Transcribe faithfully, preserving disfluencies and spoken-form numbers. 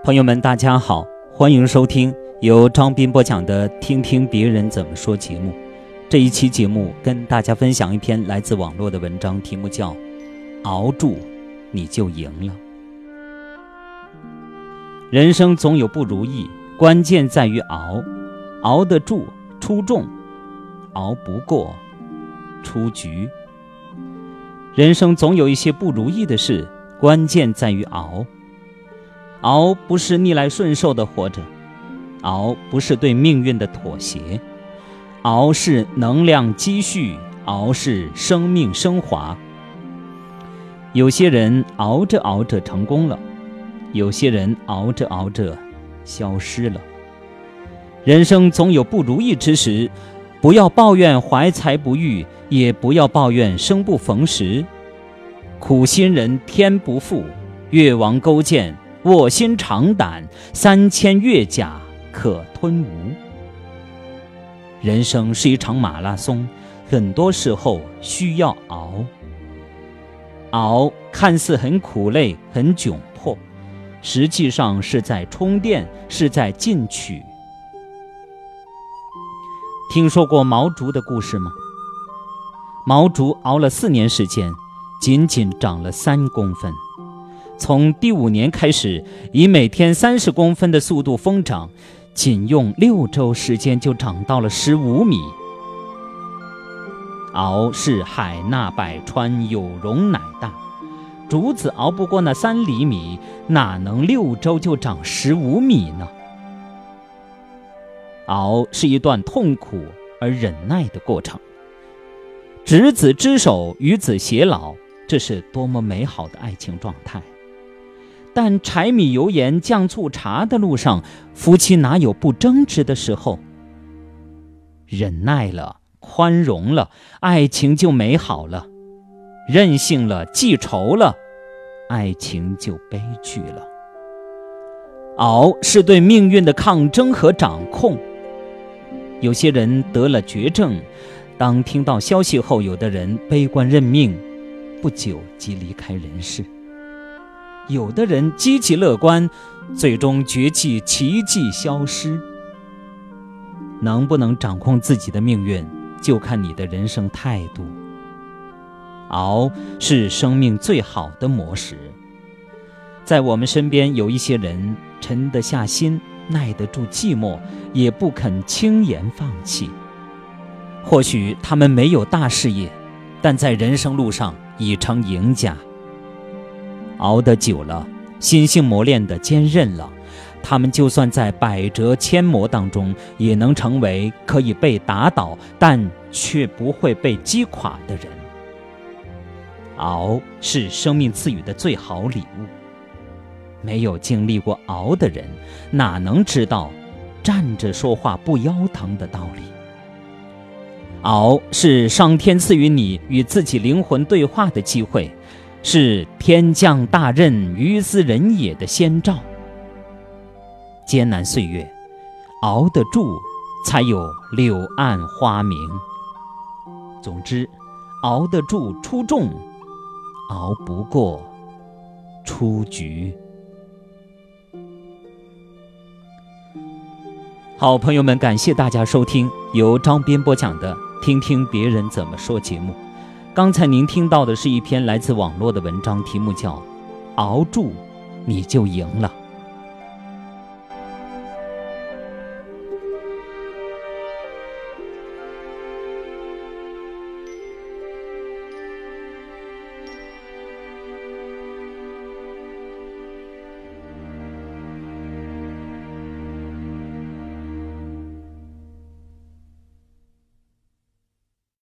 朋友们大家好，欢迎收听由张斌播讲的听听别人怎么说节目。这一期节目跟大家分享一篇来自网络的文章，题目叫熬住你就赢了。人生总有不如意，关键在于熬，熬得住出众，熬不过出局。人生总有一些不如意的事，关键在于熬。熬不是逆来顺受的活着，熬不是对命运的妥协，熬是能量积蓄，熬是生命升华。有些人熬着熬着成功了，有些人熬着熬着消失了。人生总有不如意之时，不要抱怨怀才不遇，也不要抱怨生不逢时。苦心人天不负，越王勾践卧薪尝胆，三千越甲可吞吴。人生是一场马拉松，很多时候需要熬。熬看似很苦累，很窘迫，实际上是在充电，是在进取。听说过毛竹的故事吗？毛竹熬了四年时间，仅仅长了三公分。从第五年开始，以每天三十公分的速度疯长，仅用六周时间就长到了十五米。熬是海纳百川，有容乃大。竹子熬不过那三厘米，哪能六周就长十五米呢？熬是一段痛苦而忍耐的过程。执子之手，与子偕老，这是多么美好的爱情状态。但柴米油盐酱醋茶的路上，夫妻哪有不争执的时候？忍耐了，宽容了，爱情就美好了；任性了，记仇了，爱情就悲剧了。熬是对命运的抗争和掌控。有些人得了绝症，当听到消息后，有的人悲观认命，不久即离开人世。有的人积极乐观，最终绝迹奇迹消失。能不能掌控自己的命运，就看你的人生态度。熬是生命最好的模式。在我们身边有一些人沉得下心，耐得住寂寞，也不肯轻言放弃。或许他们没有大事业，但在人生路上已成赢家。熬得久了，心性磨练得坚韧了，他们就算在百折千磨当中，也能成为可以被打倒，但却不会被击垮的人。熬是生命赐予的最好礼物。没有经历过熬的人，哪能知道站着说话不腰疼的道理？熬是上天赐予你与自己灵魂对话的机会，是天降大任于斯人也的先兆。艰难岁月，熬得住，才有柳暗花明。总之，熬得住出众，熬不过出局。好，朋友们，感谢大家收听由张斌播讲的听听别人怎么说节目。刚才您听到的是一篇来自网络的文章，题目叫熬住你就赢了。